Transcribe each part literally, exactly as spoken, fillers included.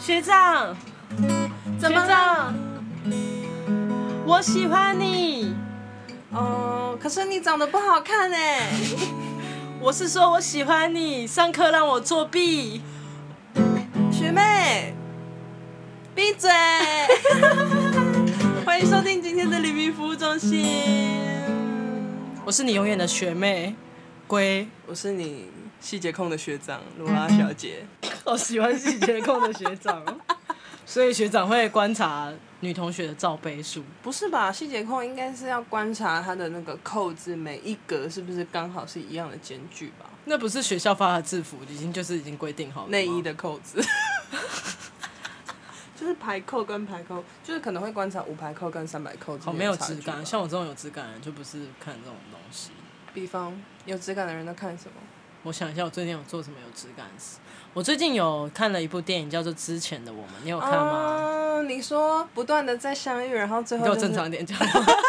学长， 怎么了？ 学长，我喜欢你。 哦，可是你长得不好看哎。 我是说我喜欢你，上课让我作弊。 学妹，闭嘴！欢迎收听今天的黎明服务中心。 我是你永远的学妹，龟。 我是你细节控的学长罗拉小姐。 好喜欢细节控的学长，所以学长会观察女同学的罩杯数。 不是吧？细节控应该是要观察她的那个扣子每一格是不是刚好是一样的间距吧？ 那不是学校发的制服，已经就是已经规定好了吗？ 内衣的扣子。就是排扣跟排扣，就是可能会观察五排扣跟三百扣之间的差距吧。 好没有质感，像我这种有质感的人就不是看这种东西。 比方有质感的人都看什么？ 我想一下，我最近有做什么有质感的事？我最近有看了一部电影，叫做《之前的我们》，你有看吗？ 哦，你说不断的在相遇，然后最后、就是、 你给我正常一点讲。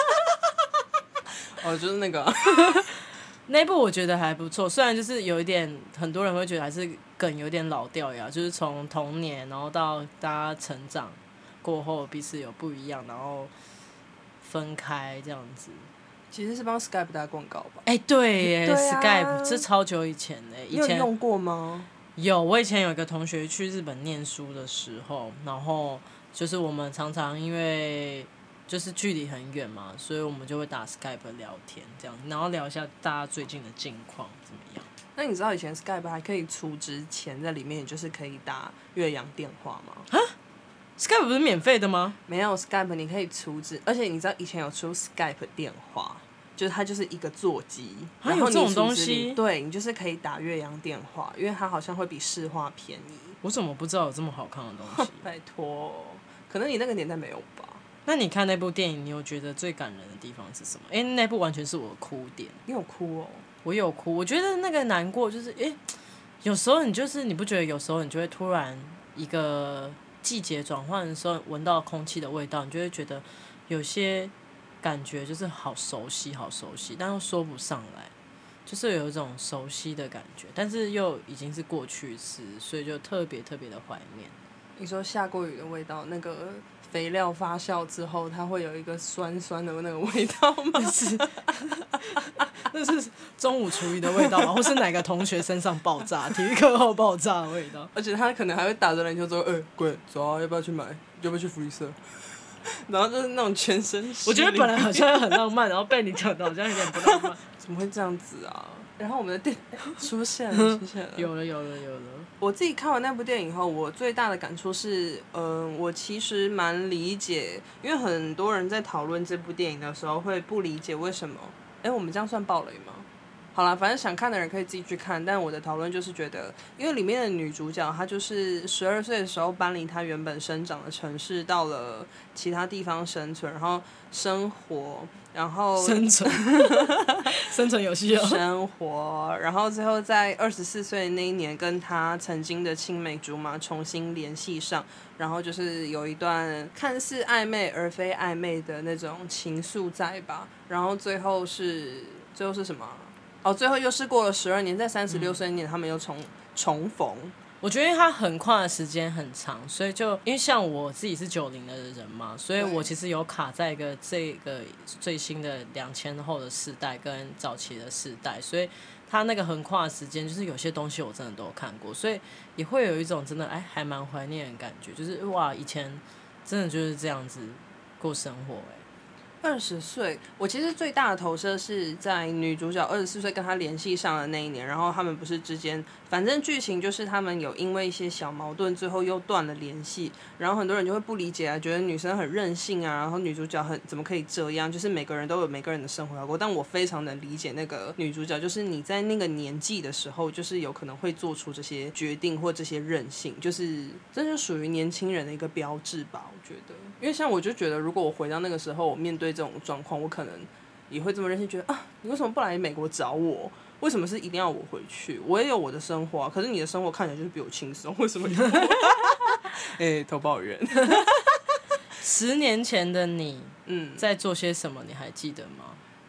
哦，就是那个、啊。 那一部我觉得还不错，虽然就是有一点，很多人会觉得还是梗有点老掉牙，就是从童年然后到大家成长过后彼此有不一样，然后分开这样子。 其实是帮 Skype 打广告吧？ 哎、欸，对耶， 对啊 Skype 这超久以前的，以前你有用过吗？ 有，我以前有一个同学去日本念书的时候，然后就是我们常常因为就是距离很远嘛，所以我们就会打 Skype 聊天这样，然后聊一下大家最近的近况怎么样。 那你知道以前 Skype 还可以储值钱在里面，就是可以打越洋电话吗？ 啊 ？Skype 不是免费的吗？ 没有 Skype 你可以储值，而且你知道以前有出 Skype 电话，就是它就是一个座机，然后你有这种东西， 对你就是可以打越洋电话，因为它好像会比市话便宜。 我怎么不知道有这么好看的东西？ 拜托，可能你那个年代没有吧？ 那你看那部电影，你有觉得最感人的地方是什么？哎、欸，那部完全是我的哭点。 你有哭哦？ 我有哭，我觉得那个难过就是，哎、欸，有时候你就是你不觉得有时候你就会突然一个季节转换的时候，闻到空气的味道，你就会觉得有些感觉就是好熟悉，好熟悉，但又说不上来，就是有一种熟悉的感觉，但是又已经是过去式，所以就特别特别的怀念。 你说下过雨的味道，那个肥料发酵之后，它会有一个酸酸的那个味道吗？ 那是那是中午厨余的味道吗？或是哪个同学身上爆炸，体育课后爆炸的味道？ 而且他可能还会打着篮球说：“哎、欸，贵，走啊，要不要去买？要不要去福利社？”然后就是那种全身。 我觉得本来好像很浪漫，然后被你讲的好像有点不浪漫。 怎么会这样子啊？然后我们的电出现了，出现了， 有了，有了，有了。 我自己看完那部电影后，我最大的感触是，嗯、呃，我其实蛮理解，因为很多人在讨论这部电影的时候会不理解为什么。哎，我们这样算爆雷吗？好啦，反正想看的人可以自己去看。但我的讨论就是觉得，因为里面的女主角她就是十二岁的时候搬离她原本生长的城市，到了其他地方生存，然后生活，然后生存，生存游戏哦。 生活，然后最后在二十四岁那一年，跟她曾经的青梅竹马重新联系上，然后就是有一段看似暧昧而非暧昧的那种情愫在吧。然后最后是最后是什么？哦，最后又是过了十二年，在三十六岁那年，他们又重重逢。 我觉得他横跨的时间很长，所以就因为像我自己是九零的人嘛，所以我其实有卡在一个这个最新的两千后的世代跟早期的世代，所以他那个横跨的时间，就是有些东西我真的都有看过，所以也会有一种真的哎还蛮怀念的感觉，就是哇以前真的就是这样子过生活哎。 二十岁，我其实最大的投射是在女主角二十四岁跟他联系上的那一年，然后他们不是之间，反正剧情就是他们有因为一些小矛盾，最后又断了联系，然后很多人就会不理解啊，觉得女生很任性啊，然后女主角很怎么可以这样，就是每个人都有每个人的生活要过，但我非常能理解那个女主角，就是你在那个年纪的时候，就是有可能会做出这些决定或这些任性，就是这就属于年轻人的一个标志吧，我觉得。因为像我就觉得，如果我回到那个时候，我面对这种状况，我可能也会这么任性，觉得啊，你为什么不来美国找我？为什么是一定要我回去？我也有我的生活啊，可是你的生活看起来就是比我轻松，为什么？哎、欸，投抱怨。 十年前的你， 嗯， 在做些什么？你还记得吗？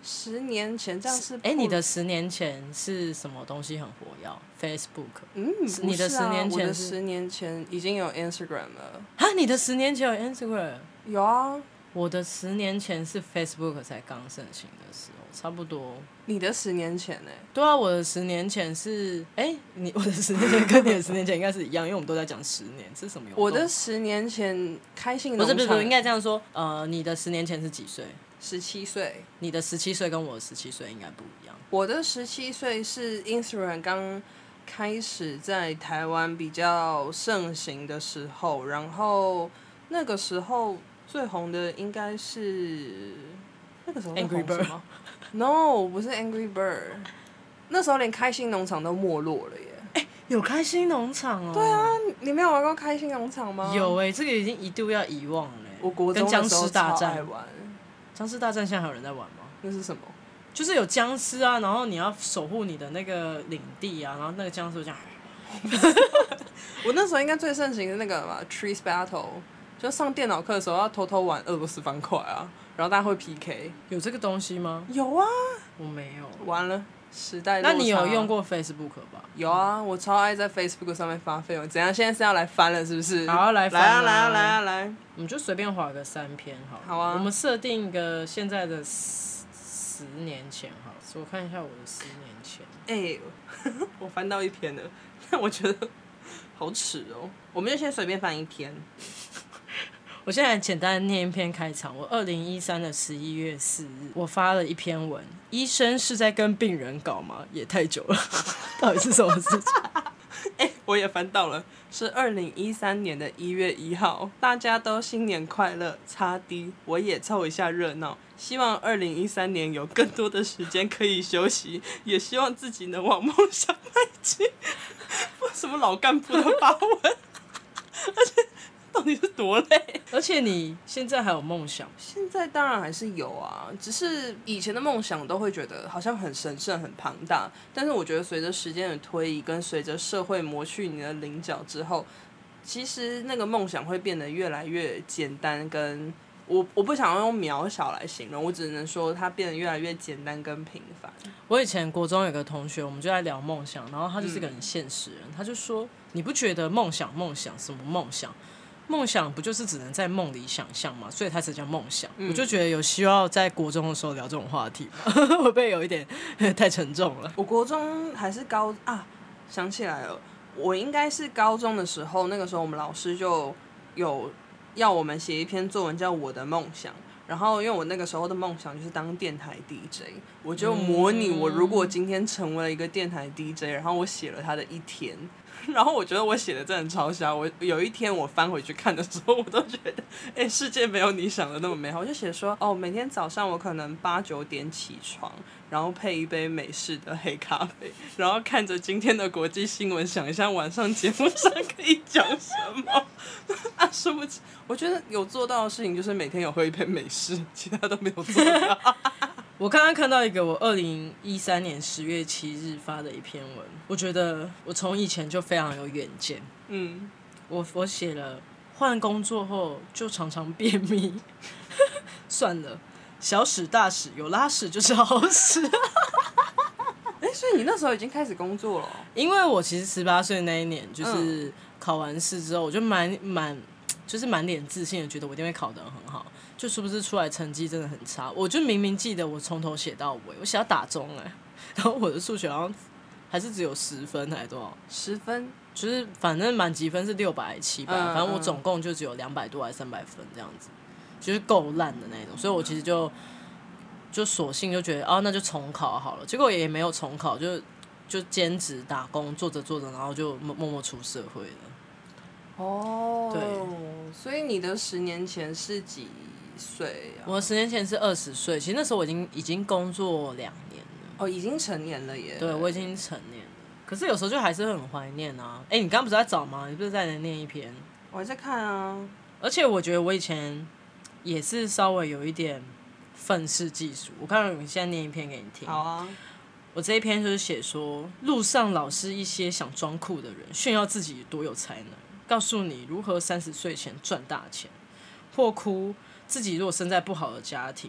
十年前这样是？ 哎，你的十年前是什么东西很活跃 ？Facebook。 嗯， 你的十年前是？ 我的十年前已经有 Instagram 了。 啊，你的十年前有 Instagram？ 有啊。 我的十年前是 Facebook 才刚盛行的时候，差不多。 你的十年前呢、欸？ 对啊，我的十年前是，哎，你我的十年前跟你的十年前应该是一样，因为我们都在讲十年，这是什么有？ 我的十年前开心农场， 不是不是，应该这样说，呃，你的十年前是几岁？ 十七岁。 你的十七岁跟我的十七岁应该不一样。 我的十七岁是 Instagram 刚开始在台湾比较盛行的时候，然后那个时候最红的应该是那个时候 Angry Bird 吗 ？No， 不是 Angry Bird， 那时候连开心农场都没落了耶。 哎，有开心农场哦。 对啊，你没有玩过开心农场吗？ 有哎、欸，这个已经一度要遗忘了、欸。 我国中的时候超爱玩。 僵尸大战现在还有人在玩吗？ 那是什么？ 就是有僵尸啊，然后你要守护你的那个领地啊，然后那个僵尸就这样。 我那时候应该最盛行的那个吧 ，Trees Battle， 就上电脑课的时候要偷偷玩俄罗斯方块啊，然后大家会 P K。 有这个东西吗？ 有啊， 我没有。 完了，时代落差。 那你有用过 Facebook 吧？ 有啊，我超爱在 Facebook 上面发绯闻。怎样？现在是要来翻了是不是？ 好，来翻、 啊！来啊来啊来啊来！ 我们就随便划个三篇好了。 好啊。 我们设定一个现在的十十年前好了，我看一下我的十年前。 哎、欸，我翻到一篇了，但我觉得好耻哦。我们就先随便翻一篇。 我现在简单念一篇开场。我二零一三的十一月四日，我发了一篇文。医生是在跟病人搞吗？也太久了，到底是什么事情？ 哎、欸，我也翻到了，是二零一三年的一月一号。大家都新年快乐，擦滴，我也凑一下热闹。希望二零一三年有更多的时间可以休息，也希望自己能往梦想迈进。什么老干部的发文，而且。到底是多累？ 而且你现在还有梦想？ 现在当然还是有啊，只是以前的梦想都会觉得好像很神圣、很庞大，但是我觉得随着时间的推移，跟随着社会磨去你的棱角之后，其实那个梦想会变得越来越简单跟。我我不想要用渺小来形容，我只能说它变得越来越简单跟平凡。 我以前国中有个同学，我们就在聊梦想，然后他就是个很现实人，嗯、他就说：“你不觉得梦想梦想什么梦想？梦想不就是只能在梦里想象吗？所以它才叫梦想。嗯”我就觉得有需要在国中的时候聊这种话题吗？会不会有一点太沉重了？ 我国中还是高啊，想起来了，我应该是高中的时候，那个时候我们老师就有。要我们写一篇作文叫我的梦想，然后因为我那个时候的梦想就是当电台 D J， 我就模拟我如果今天成为了一个电台 D J， 然后我写了他的一天，然后我觉得我写的真的超瞎。我有一天我翻回去看的时候，我都觉得，哎、欸，世界没有你想的那么美好。我就写说，哦，每天早上我可能八九点起床，然后配一杯美式的黑咖啡，然后看着今天的国际新闻，想一下晚上节目上可以讲什么。啊，殊不知，我觉得有做到的事情就是每天有喝一杯美式，其他都没有做到。 我刚刚看到一个我二零一三年十月七日发的一篇文，我觉得我从以前就非常有远见。嗯，我我写了换工作后就常常便秘，算了，小屎大屎有拉屎就是好屎。 哎、欸，所以你那时候已经开始工作了？ 因为我其实十八岁那一年，就是考完试之后，我就蛮蛮就是满脸自信的，觉得我一定会考得很好。就殊不知出来成绩真的很差，我就明明记得我从头写到尾，我写到打中哎、欸，然后我的数学好像还是只有十分还是多少？ 十分， 就是反正满级分是六百七百， 嗯、 反正我总共就只有两百多还是三百分这样子，就是够烂的那种，所以我其实就就索性就觉得哦，那就重考好了。结果也没有重考，就就兼职打工，做着做着，然后就默默出社会了。 哦， 对， 所以你的十年前是几岁啊？ 我十年前是二十岁，其实那时候我已经已经工作两年了。 哦，已经成年了耶。 对，我已经成年了。可是有时候就还是很怀念啊。哎、欸，你刚刚不是在找吗？你不是在念一篇？ 我还在看啊。 而且我觉得我以前也是稍微有一点愤世嫉俗。我看我现在念一篇给你听。 好啊。 我这一篇就是写说，路上老是一些想装酷的人，炫耀自己多有才能，告诉你如何三十岁前赚大钱，或哭自己如果生在不好的家庭，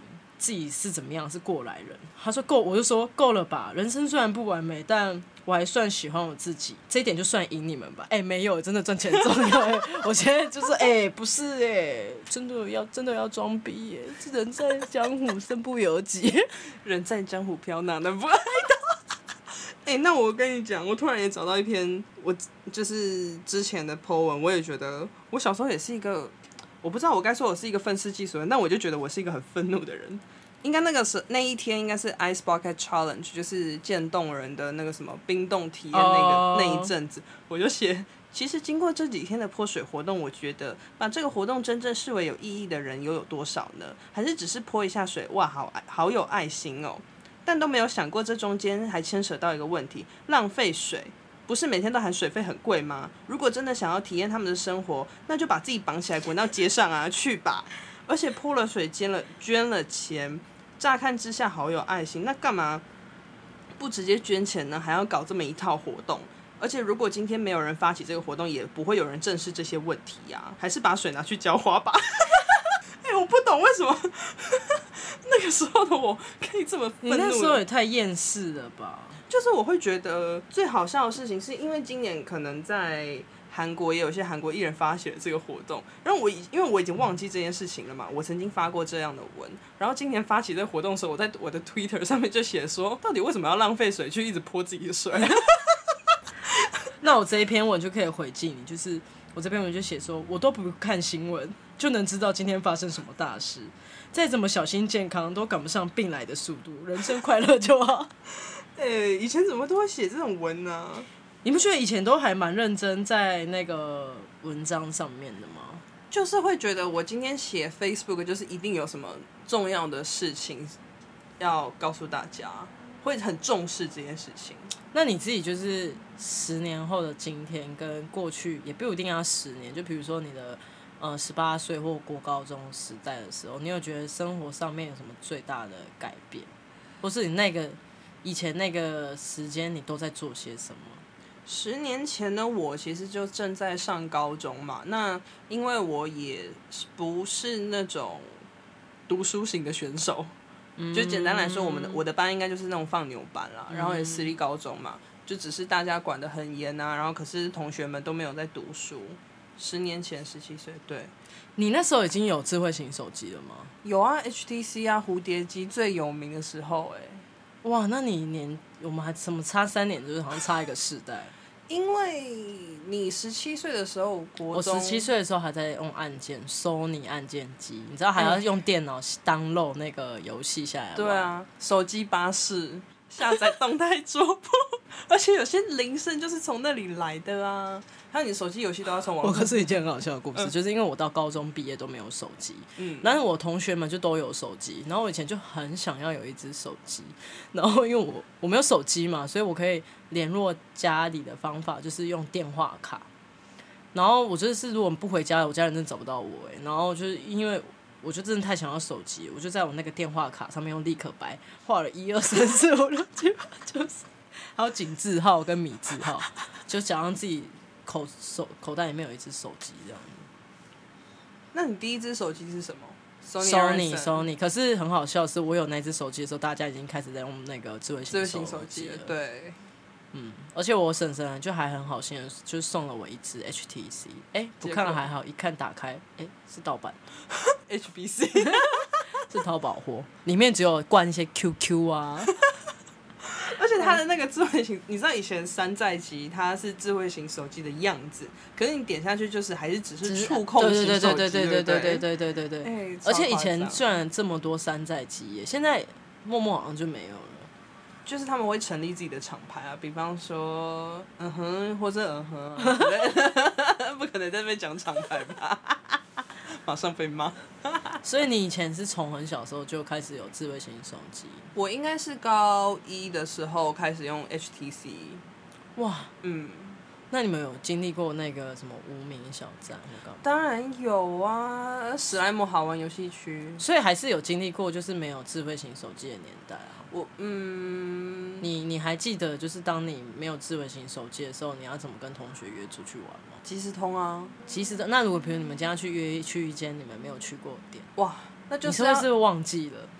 自己是怎么样，是过来人。他说够，我就说够了吧。人生虽然不完美，但我还算喜欢我自己，这一点就算赢你们吧。哎、欸，没有，真的赚钱重要、欸。我现在就是哎、欸，不是哎、欸，真的要真的要装逼耶、欸。人在江湖身不由己， 人在江湖飘，哪能不爱到？哎、欸，那我跟你讲，我突然也找到一篇我就是之前的 po 文，我也觉得我小时候也是一个，我不知道我该说我是一个愤世嫉俗人，但我就觉得我是一个很愤怒的人。应该那个是那一天应该是 Ice Bucket Challenge， 就是渐冻人的那个什么冰冻体验那个、oh. 那一阵子，我就写，其实经过这几天的泼水活动，我觉得把这个活动真正视为有意义的人又有多少呢？还是只是泼一下水，哇，好好有爱心哦！但都没有想过这中间还牵扯到一个问题，浪费水。不是每天都喊水费很贵吗？如果真的想要体验他们的生活，那就把自己绑起来滚到街上啊，去吧！而且泼了水，捐了捐了钱。乍看之下好有爱心，那干嘛不直接捐钱呢？还要搞这么一套活动？而且如果今天没有人发起这个活动，也不会有人正视这些问题呀、啊。还是把水拿去浇花吧。哎、欸，我不懂为什么那个时候的我可以这么愤怒。 你那时候也太厌世了吧？ 就是我会觉得最好笑的事情，是因为今年可能在韩国也有一些韩国艺人发起了这个活动，然后我因为我已经忘记这件事情了嘛，我曾经发过这样的文，然后今年发起这个活动的时候，我在我的 Twitter 上面就写说，到底为什么要浪费水去一直泼自己的水？ 那我这一篇文就可以回敬你，就是我这篇文就写说，我都不看新闻就能知道今天发生什么大事，再怎么小心健康都赶不上病来的速度，人生快乐就好。 哎、欸，以前怎么都会写这种文呢、啊？ 你不觉得以前都还蛮认真在那个文章上面的吗？ 就是会觉得我今天写 Facebook 就是一定有什么重要的事情要告诉大家，会很重视这件事情。 那你自己就是十年后的今天跟过去也不一定要十年，就比如说你的呃十八岁或国高中时代的时候，你有觉得生活上面有什么最大的改变，或是你那个以前那个时间你都在做些什么？ 十年前的我其实就正在上高中嘛，那因为我也不是那种读书型的选手，嗯、就简单来说，我们的我的班应该就是那种放牛班啦，然后也私立高中嘛，就只是大家管得很严啊，然后可是同学们都没有在读书。十年前十七岁，对。 你那时候已经有智慧型手机了吗？ 有啊 ，H T C 啊，蝴蝶机最有名的时候、欸，哎， 哇，那你年我们还什么差三年，就是好像差一个世代。 因为你十七岁的时候，国中， 我十七岁的时候还在用按键 Sony 按键机，你知道还要用电脑 download 那个游戏下来吗？ 对啊，手机巴士下载动态桌布，而且有些铃声就是从那里来的啊。还有你手机游戏都要从网上。 我可是一件很好笑的故事，嗯、就是因为我到高中毕业都没有手机，嗯，但是我同学们就都有手机，然后我以前就很想要有一只手机，然后因为我我没有手机嘛，所以我可以联络家里的方法就是用电话卡，然后我就是如果不回家，我家人真的找不到我哎，然后就是因为我就真的太想要手机，我就在我那个电话卡上面用立可白画了一二三四五六七八九十，还有井字号跟米字号，就想让自己。口手口袋里面有一只手机这样子。 那你第一只手机是什么 ？Sony Sony。可是很好笑的是，我有那只手机的时候，大家已经开始在用那个智慧型手机了。 对， 嗯，而且我婶婶就还很好心的，就送了我一只 H T C。哎、欸，不看还好，一看打开，哎、欸，是盗版。 H B C 是淘宝货，里面只有灌一些 Q Q 啊。 而且它的那个智慧型，你知道以前山寨机它是智慧型手机的样子，可是你点下去就是还是只是触控型手机， 对对对对对对对对对对对对。 欸、 而且以前赚了这么多山寨机耶，现在默默好像就没有了。 就是他们会成立自己的厂牌啊，比方说嗯哼，或者嗯哼、啊，不可能在那边讲厂牌吧？马上被骂。 所以你以前是从很小的时候就开始有智慧型手机？ 我应该是高一的时候开始用 H T C。 哇， 嗯， 那你们有经历过那个什么无名小站或干嘛？ 当然有啊，史莱姆好玩游戏区。 所以还是有经历过，就是没有智慧型手机的年代啊。 我嗯， 你你还记得就是当你没有智慧型手机的时候，你要怎么跟同学约出去玩吗？ 即时通啊， 即时通。那如果比如你们今天要去约去一间你们没有去过的店， 哇，那就是你是不是忘记了？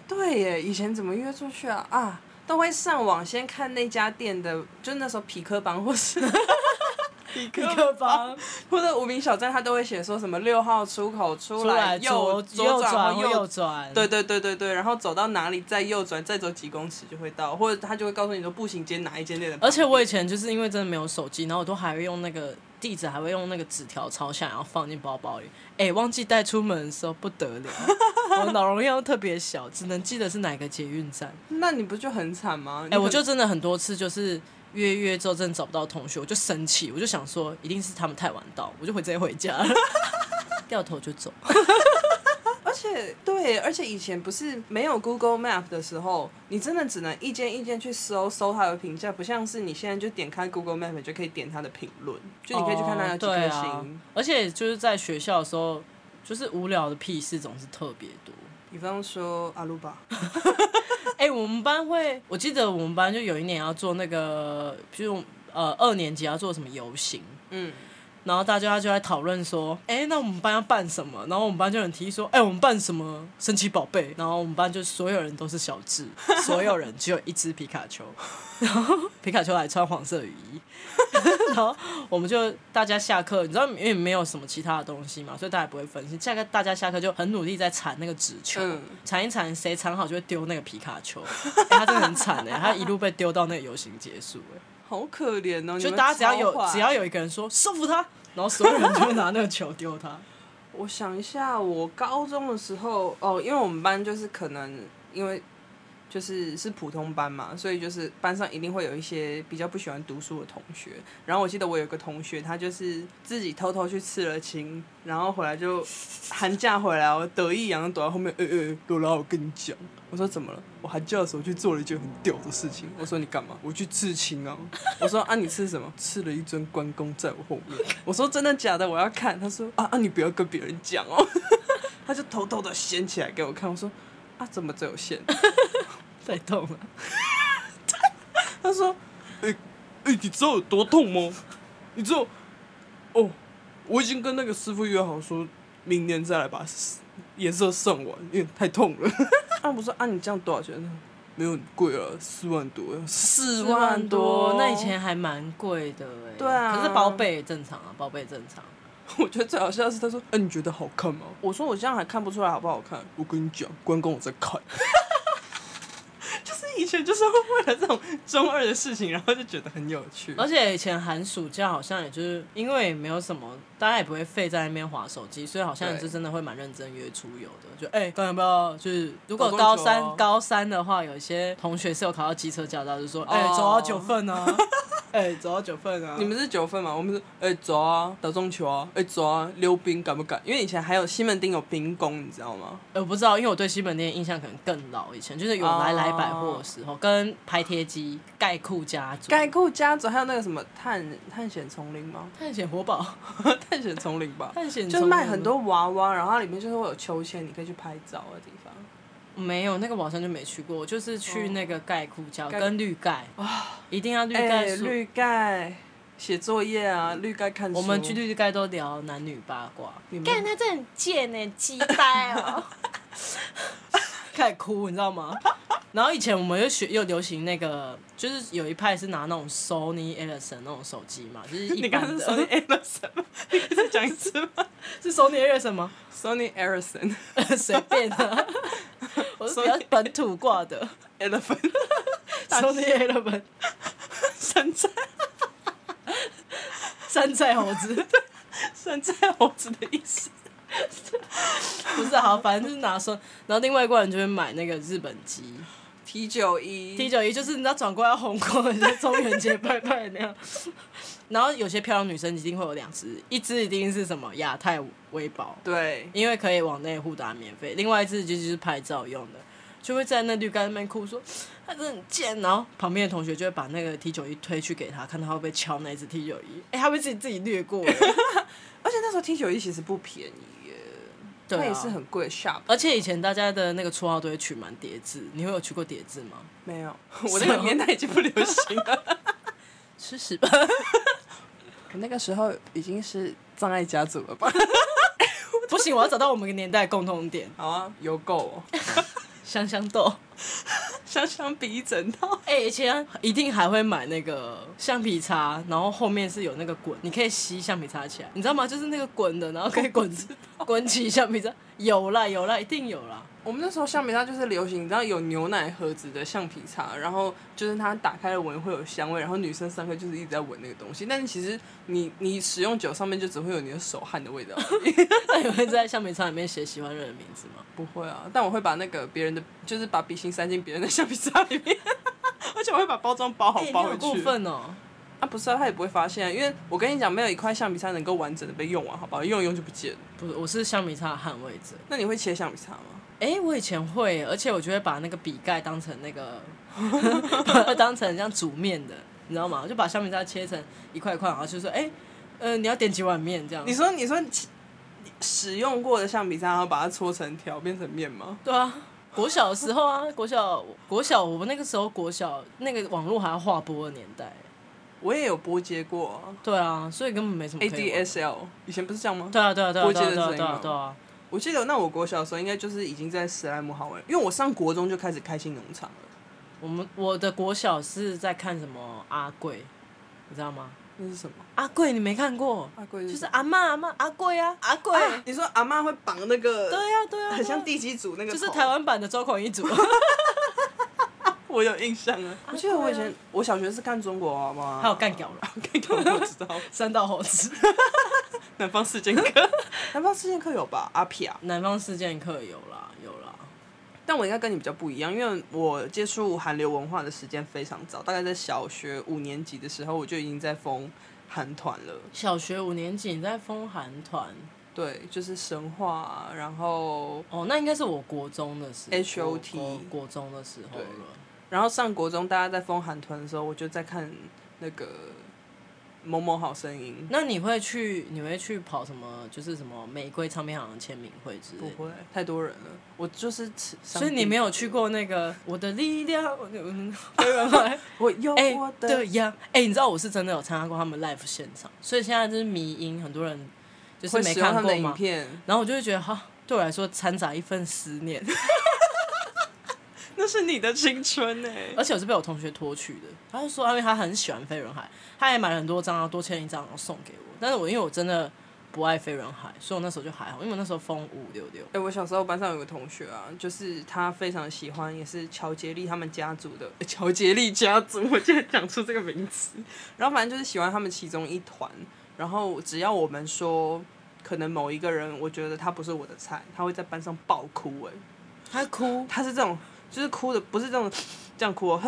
对耶，以前怎么约出去啊？啊，都会上网先看那家店的，就那时候痞客邦或是痞客邦或者无名小站，他都会写说什么六号出口出出来右左转或右转， 对对对对对，然后走到哪里再右转，再走几公尺就会到，或者他就会告诉你说步行街哪一间店的。 而且我以前就是因为真的没有手机，然后我都还会用那个地址，还会用那个纸条抄下来，然后放进包包里。哎、欸，忘记带出门的时候不得了，我脑容量特别小，只能记得是哪个捷运站。 那你不就很惨吗？ 哎、欸，我就真的很多次就是约约之后真的找不到同学，我就生气，我就想说一定是他们太晚到，我就回直接回家了，掉头就走。 而且对，而且以前不是没有 Google Map 的时候，你真的只能一间一间去搜搜它的评价，不像是你现在就点开 Google Map 就可以点它的评论，就你可以去看它有几颗星、哦啊。而且就是在学校的时候，就是无聊的屁事总是特别多。 比方说阿鲁巴。 哎、欸，我们班会，我记得我们班就有一年要做那个，比如呃二年级要做什么游行，嗯。然后大家就在讨论说，哎、欸，那我们班要办什么？然后我们班就有人提议说，哎、欸，我们办什么神奇宝贝？然后我们班就所有人都是小智，所有人只有一只皮卡丘，然后皮卡丘还穿黄色雨衣，然后我们就大家下课，你知道因为没有什么其他的东西嘛，所以大家也不会分析。下课大家下课就很努力在缠那个纸球，缠、嗯、一缠，谁缠好就会丢那个皮卡丘。哎、欸，他真的很惨哎，他一路被丢到那个游行结束哎。 好可怜哦！ 就大家只要有只要有一个人说收服他，然后所有人就会拿那个球丢他。 我想一下，我高中的时候哦，因为我们班就是可能因为就是是普通班嘛，所以就是班上一定会有一些比较不喜欢读书的同学。然后我记得我有一个同学，他就是自己偷偷去刺了青，然后回来就寒假回来，我得意洋洋躲在后面，呃呃，罗拉，我跟你讲。我说怎么了？我寒假的时候去做了一件很屌的事情。我说你干嘛？我去刺青啊！我说啊，你刺什么？刺了一尊关公在我后面。我说真的假的？我要看。他说啊啊，你不要跟别人讲哦。他就偷偷的掀起来给我看。我说啊，怎么只有线？ 太痛了。 他说，哎、欸、哎、欸，你知道有多痛吗？你知道？哦，我已经跟那个师傅约好，说明年再来把颜色上完，因为太痛了。啊，我说啊，你这样多少钱？没有很贵啊，四万多。四万多， 那以前还蛮贵的哎。 对啊。 可是包背正常啊，包背正常。 我觉得最好笑的是他说，哎、啊，你觉得好看吗？我说我这样还看不出来好不好看。我跟你讲，关公我在看。就是以前就是会为了这种中二的事情，然后就觉得很有趣。 而且以前寒暑假好像也就是因为没有什么，大家也不会废在那边滑手机，所以好像就真的会蛮认真约出游的。就哎，刚、欸、要不要？就是如果高三、哦、高三的话，有一些同学是有考到机车驾照，就说哎、欸，走到九份啊。哎、欸，走到九份啊！ 你们是九份吗？我们是哎、欸、走啊，打中球啊，哎、欸、走啊，溜冰敢不敢？因为以前还有西门町有冰宫，你知道吗？ 呃，我不知道，因为我对西门町的印象可能更老，以前就是有来来百货的时候， oh. 跟拍贴机、盖库家族、 盖库家族，还有那个什么探探险丛林吗？ 探险活宝， 探险丛林吧， 探险就是卖很多娃娃，然后它里面就是会有秋千，你可以去拍照的地方。 没有，那个我好像就没去过，我就是去那个盖库家、oh. 跟绿盖啊，一定要绿盖、欸， 绿盖。写作业啊，绿盖看书。 我们去绿盖都聊男女八卦。干他真的很贱哎，鸡掰哦！开始哭，你知道吗？然后以前我们又学又流行那个，就是有一派是拿那种 Sony Ericsson 那种手机嘛，就是一般的。 你刚是 Sony Ericsson 吗？你可以再讲一次吗？ 是 Sony Ericsson 吗 ？Sony Ericsson， 随便啊。我是比较本土挂的。Elephant，Sony Elephant， 山寨。 山寨猴子， 山寨猴子的意思不是好，反正就是拿手，然后另外一个人就会买那个日本机 T 九十 T 九十就是你知道转过来红光，很像中元节拜拜那样。然后有些漂亮女生一定会有两只，一只一定是什么亚太微保， 对， 因为可以往内互打免费；另外一只就是拍照用的。就会在那绿盖那边哭说他真的很贱，然后旁边的同学就会把那个 T 九十 推去给他，看他会不会敲那一只 T 九十，哎、欸，他会自己自己掠过。而且那时候 T 九十 其实不便宜耶，对、啊，它也是很贵 shop。 而且以前大家的那个绰号都会取蛮叠字，你会有取过叠字吗？ 没有，我那个年代已经不流行了。 吃屎吧！ 我那个时候已经是障碍家族了吧？ 不行，我要找到我们年代的共同点。 好啊，邮购、哦。 香香豆。 香香笔一整套。 哎、欸，而且一定还会买那个橡皮擦，然后后面是有那个滚，你可以吸橡皮擦起来，你知道吗？就是那个滚的，然后可以滚滚起橡皮擦。有啦有啦，一定有啦。 我们那时候橡皮擦就是流行，你知道有牛奶盒子的橡皮擦，然后就是它打开了闻会有香味，然后女生上课就是一直在闻那个东西，但是其实你你使用久，上面就只会有你的手汗的味道。 那你会在橡皮擦里面写喜欢人的名字吗？ 不会啊，但我会把那个别人的，就是把笔芯塞进别人的橡皮擦里面，而且我会把包装包好包回去。欸， 你好过分哦！ 啊，不是啊，他也不会发现啊，因为我跟你讲，没有一块橡皮擦能够完整的被用完，好不好？用一用就不见了。 不是，我是橡皮擦的捍卫者。 那你会切橡皮擦吗？ 哎、欸，我以前会，而且我就会把那个笔盖当成那个，把它当成像煮面的，你知道吗？就把橡皮擦切成一块一块，然后就说，哎、欸，呃，你要点几碗面这样。 你说，你说使用过的橡皮擦，然后把它搓成条变成面吗？ 对啊，国小的时候啊，国小国小，我们那个时候国小那个网络还要画拨的年代。 我也有拨接过啊。 对啊，所以根本没什么可以玩。 A D S L 以前不是这样吗？ 对啊，对啊，对啊， 拨接的声音对啊，对啊。 我记得那我国小的时候应该就是已经在史莱姆好玩，因为我上国中就开始开心农场了。 我们我的国小是在看什么阿贵，你知道吗？ 那是什么？ 阿贵你没看过？ 阿贵就是阿嬷阿嬷阿贵啊，阿贵、 啊。你说阿嬷会绑那个？ 对呀、啊、对呀、啊， 很像第几组那个。 就是台湾版的周孔一组。 我有印象啊！我记得我以前我小学是看中国娃娃， 还有干屌了， 干屌我知道， 三道猴子。 南方四剑客，南方四剑客有吧？阿撇啊， 南方四剑客有啦有啦。 但我应该跟你比较不一样，因为我接触韩流文化的时间非常早，大概在小学五年级的时候，我就已经在疯韩团了。 小学五年级你在疯韩团？ 对，就是神话、啊，然后哦，那应该是我国中的时候 H O T 国, 国中的时候了。 然后上国中，大家在疯韩团的时候，我就在看那个某某好声音。 那你会去？你会去跑什么？就是什么玫瑰唱片行的签名会之类的？ 不会，太多人了。我就是所以你没有去过那个我的力量，飞轮海， 我有我的呀。哎、欸，你知道我是真的有参加过他们 live 现场，所以现在就是迷因，很多人就是没看过嘛。然后我就会觉得，哈，对我来说掺杂一份思念。 那是你的青春哎、欸！ 而且我是被我同学拖去的，他就说因为他很喜欢飞轮海，他也买了很多张，然后多签一张，然后送给我。但是我因为我真的不爱飞轮海，所以我那时候就还好，因为我那时候疯五五六六。 哎、欸，我小时候班上有个同学啊，就是他非常喜欢，也是乔杰利他们家族的乔杰利家族，我竟然讲出这个名词。然后反正就是喜欢他们其中一团，然后只要我们说可能某一个人，我觉得他不是我的菜，他会在班上爆哭哎、欸， 他哭， 他是这种。就是哭的，不是这种这样哭哦。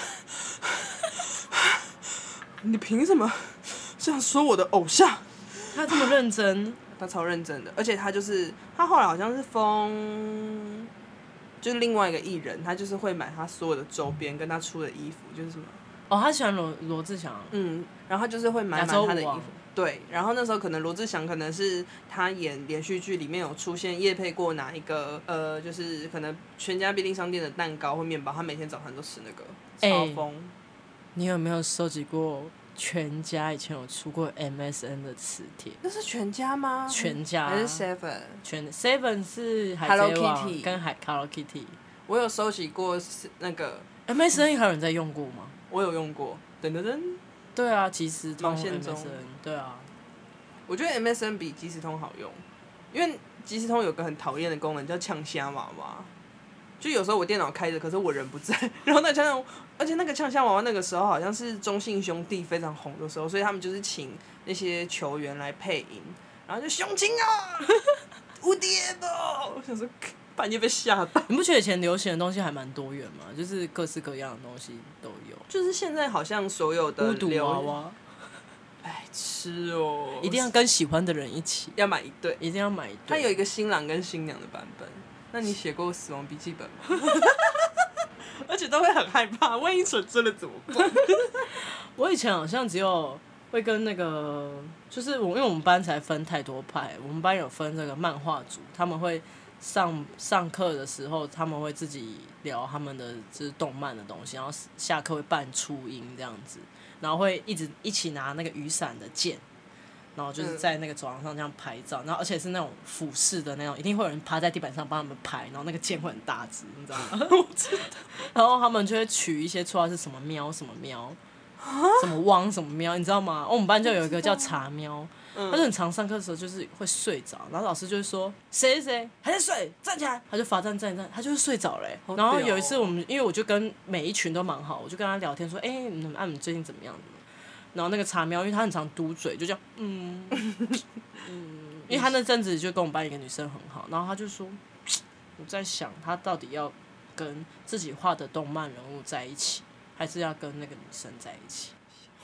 你凭什么这样说我的偶像？ 他这么认真， 他超认真的，而且他就是他后来好像是封，就是另外一个艺人，他就是会买他所有的周边跟他出的衣服，就是什么哦，他喜欢罗罗志祥， 嗯，然后他就是会买买他的衣服。对，然后那时候可能罗志祥可能是他演连续剧里面有出现业配过哪一个呃，就是可能全家便利商店的蛋糕或面包，他每天早餐都吃那个超疯、欸。 你有没有收集过全家以前有出过 M S N 的磁铁？ 那是全家吗？ 全家还是 Seven？ 全 Seven 是海贼王跟海 Hello Kitty。 我有收集过那个 M S N， 还有人在用过吗？ 我有用过，噔噔噔。 对啊，即时通 M S N， 对啊， 我觉得 M S N 比即时通好用，因为即时通有个很讨厌的功能叫呛虾娃娃，就有时候我电脑开着，可是我人不在，然后那呛虾，而且那个呛虾娃娃那个时候好像是中信兄弟非常红的时候，所以他们就是请那些球员来配音，然后就雄青啊，无敌的，我想说半夜被吓到。 你不觉得以前流行的东西还蛮多元吗？就是各式各样的东西都有。 就是现在好像所有的巫毒娃娃， 哎，吃哦， 一定要跟喜欢的人一起， 要买一对， 一定要买一对。 它有一个新郎跟新娘的版本。那你写过《死亡笔记本》吗？而且都会很害怕，万一蠢真的怎么办？ 我以前好像只有会跟那个，就是我因为我们班才分太多派，我们班有分这个漫画组，他们会。上上课的时候，他们会自己聊他们的就是动漫的东西，然后下课会扮初音这样子，然后会一直一起拿那个雨伞的剑， 然后就是在那个走廊上这样拍照，然后而且是那种俯视的那种，一定会有人趴在地板上帮他们拍，然后那个剑会很大只，你知道吗？我知道。然后他们就会取一些绰号是什么喵什么喵，什么汪什么喵，你知道吗？我们班就有一个叫茶喵。他就很常上课的时候就是会睡着，然后老师就会说谁谁谁还在睡，站起来，他就罚站站站，他就是睡着了、欸。然后有一次我们，因为我就跟每一群都蛮好，我就跟他聊天说，哎、欸，你们、啊、你们最近怎么样？然后那个茶喵，因为他很常嘟嘴，就这样，嗯嗯，因为他那阵子就跟我们班一个女生很好，然后他就说，我在想他到底要跟自己画的动漫人物在一起，还是要跟那个女生在一起？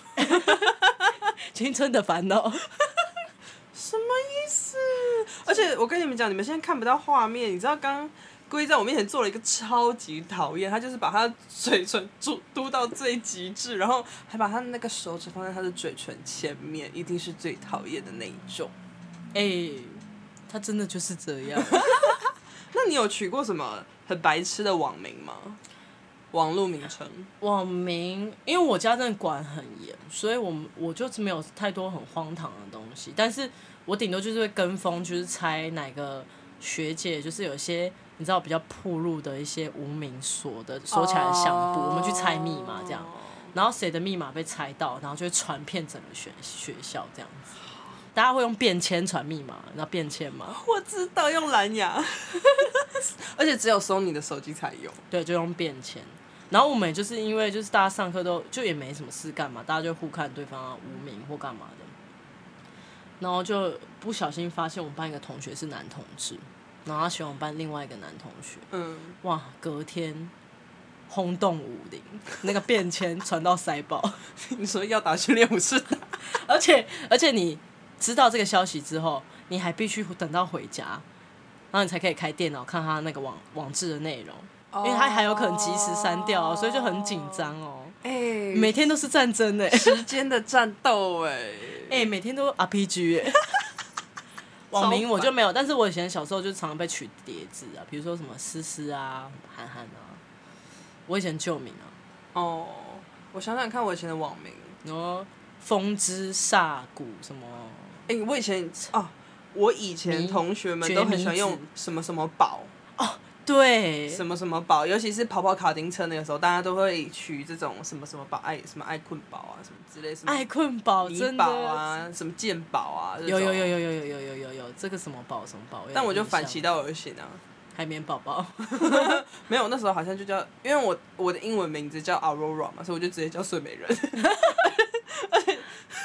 青春的烦恼。 什么意思？而且我跟你们讲，你们现在看不到画面，你知道刚刚龟在我面前做了一个超级讨厌，他就是把他嘴唇嘟嘟到最极致，然后还把他那个手指放在他的嘴唇前面，一定是最讨厌的那一种。 哎、欸，他真的就是这样。 那你有取过什么很白痴的网名吗？网络名称？ 网名，因为我家真的管很严，所以我我就没有太多很荒唐的东西，但是我顶多就是会跟风，就是猜哪个学姐就是有些你知道比较暴露的一些无名锁的锁起来的相簿， oh. 我们去猜密码这样，然后谁的密码被猜到，然后就会传遍整个学学校这样子。大家会用便签传密码，你知道便签吗？ 我知道，用蓝牙，而且只有Sony的手机才有。 对，就用便签。然后我们也就是因为就是大家上课都就也没什么事干嘛，大家就互看对方无名或干嘛的，然后就不小心发现我们班一个同学是男同志，然后他喜欢我们班另外一个男同学，嗯，哇，隔天轰动武林，那个便签传到塞爆。 你说要打训练武士打， 而且而且你知道这个消息之后，你还必须等到回家，然后你才可以开电脑看他那个网网志的内容。因为他还有可能及时删掉、哦，所以就很紧张哦。哎、欸，每天都是战争哎， 时间的战斗哎， 哎、欸，每天都 R P G 哎。网名我就没有，但是我以前小时候就常常被取叠字啊，比如说什么思思啊、涵涵啊。我以前旧名啊。 哦，我想想看，我以前的网名， 然后风之煞骨什么？ 哎、欸，我以前啊，我以前同学们都很喜欢用什么什么宝哦。对， 什么什么宝，尤其是跑跑卡丁车那个时候，大家都会取这种什么什么宝，爱什么爱困宝啊，什么之类，什么爱困宝、 泥宝啊，什么鉴宝啊， 有有有有有有有有有有这个什么宝什么宝， 但我就反其道而行啊， 海绵宝宝， 没有，那时候好像就叫，因为我我的英文名字叫 Aurora 嘛，所以我就直接叫睡美人，而且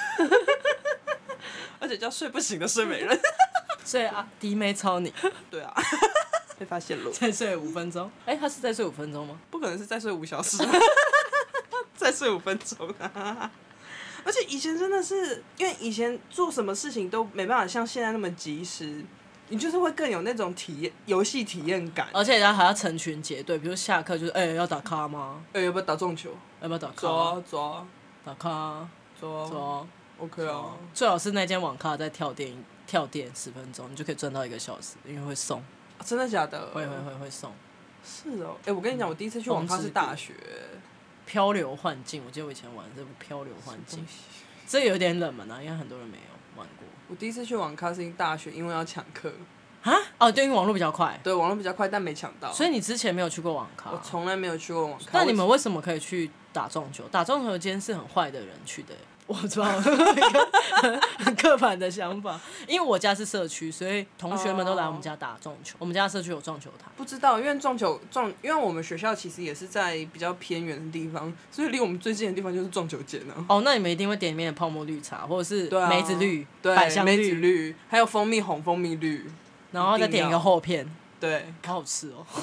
而且叫睡不醒的睡美人， 所以啊，弟妹超你， 对啊。被发现了， 再睡五分钟。哎、欸，他是再睡五分钟吗？ 不可能是再睡五小时，再睡五分钟、啊。而且以前真的是，因为以前做什么事情都没办法像现在那么及时，你就是会更有那种体验游戏体验感。 而且他还要成群结队，比如下课就是哎、欸、要打卡吗？ 哎、欸、要不要打撞球？ 要不要打卡？ 走啊走啊， 打卡走啊走啊 ，OK 啊。 最好是那间网咖在跳电跳电十分钟，你就可以赚到一个小时，因为会送。 啊、真的假的？ 会会会会送。 是哦，哎、欸，我跟你讲，我第一次去网咖是大学， 漂流幻境。我记得我以前玩这部漂流幻境，这有点冷门啊，因为很多人没有玩过。 我第一次去网咖是因大学，因为要抢课。 啊？哦，对，因为网络比较快。 对，网络比较快，但没抢到。 所以你之前没有去过网咖？ 我从来没有去过网咖。 那你们为什么可以去打撞球？打撞球间是很坏的人去的。我知道，很刻板的想法。因为我家是社区，所以同学们都来我们家打撞球。我们家社区有撞球台。 不知道，因为撞球撞，因为我们学校其实也是在比较偏远的地方，所以离我们最近的地方就是撞球间啊。 哦，那你们一定会点里面的泡沫绿茶，或者是梅子绿、 对百香绿、 梅子绿，还有蜂蜜红、蜂蜜绿， 然后再点一个厚片。 对， 好好吃哦。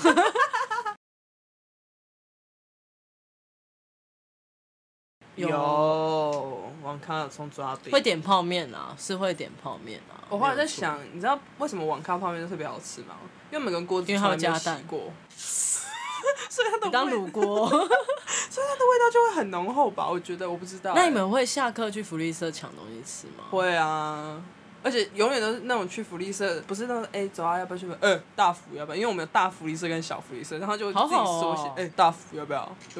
有网咖有葱抓饼， 会点泡面啊，是会点泡面啊。 我后来在想，你知道为什么网咖泡面特别好吃吗？因为每个锅子从来没有洗过，所以它的你当卤锅， 所以它的味道就会很浓厚吧？我觉得，我不知道、欸。 那你们会下课去福利社抢东西吃吗？ 会啊。而且永远都是那种去福利社，不是那种哎、欸、走啊，要不要去？哎、欸、大福要不要？因为我们有大福利社跟小福利社，然后就自己缩写，哎、哦欸、大福要不要？就管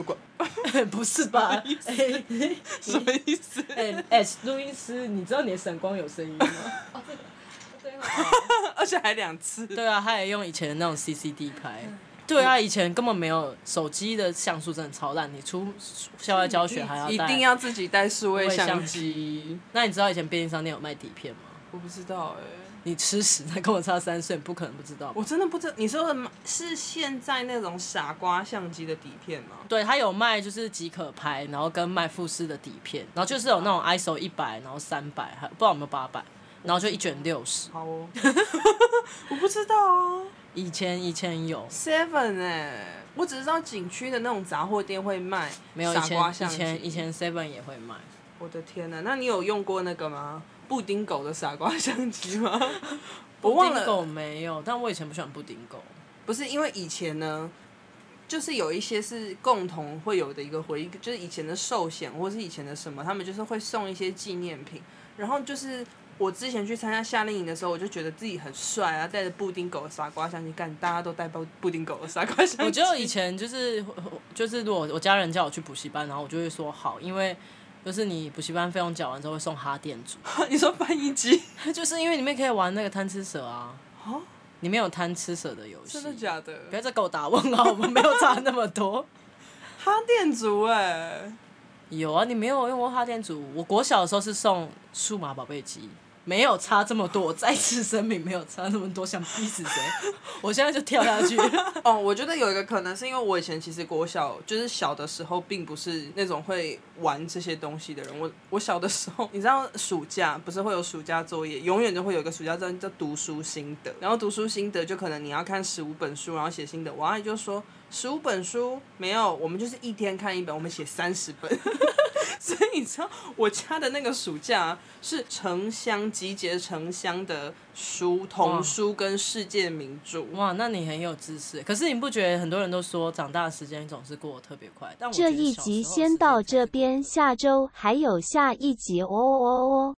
不是吧？哎， 什么意思？ 哎哎，录音师，你知道你的闪光有声音吗？哦，这个，对啊， 而且还两次。 对啊，他也用以前的那种 C C D 拍。对啊，以前根本没有手机的像素，真的超烂。你出校外教学还要带， 一定要自己带数位相机。 那你知道以前便利商店有卖底片吗？ 我不知道哎、欸。 你吃屎，他跟我差三岁，你不可能不知道。 我真的不知道，你说的是现在那种傻瓜相机的底片吗？ 对，他有卖就是即可拍，然后跟卖富士的底片，然后就是有那种 I S O 一百，然后三百，还不知道有没有八百，然后就一卷六十。 好哦，我不知道啊。 以前以前有 Seven 哎、欸，我只知道景区的那种杂货店会卖没有， 傻瓜相机。 以前以前 Seven 也会卖。 我的天哪，那你有用过那个吗？布丁狗的傻瓜相机吗？我忘了。 布丁狗没有，但我以前不喜欢布丁狗。 不是因为以前呢，就是有一些是共同会有的一个回忆，就是以前的寿险或是以前的什么，他们就是会送一些纪念品。然后就是我之前去参加夏令营的时候，我就觉得自己很帅啊，带着布丁狗的傻瓜相机，干大家都带布丁狗的傻瓜相机。 我觉得以前就是就是如果我家人叫我去补习班，然后我就会说好，因为。就是你补习班费用缴完之后会送哈电组， 你说翻译机？ 就是因为里面可以玩那个贪吃蛇啊，啊，里面有贪吃蛇的游戏。 真的假的？ 不要再给我打问号，我们没有差那么多。 哈电组哎、欸， 有啊，你没有用过哈电组？我国小的时候是送数码宝贝机。没有差这么多，我再次声明没有差那么多，想逼死谁？我现在就跳下去。 哦，我觉得有一个可能是因为我以前其实国小就是小的时候，并不是那种会玩这些东西的人。我我小的时候，你知道暑假不是会有暑假作业，永远就会有一个暑假作业叫读书心得，然后读书心得就可能你要看十五本书，然后写心得。我阿姨就说十五本书没有，我们就是一天看一本，我们写三十本。所以你知道我家的那个暑假是成箱集结成箱的书，童书跟世界名著。 哇，那你很有知识。可是你不觉得很多人都说长大的时间总是过得特别快？但我觉得这一集先到这边，下周还有下一集哦哦哦。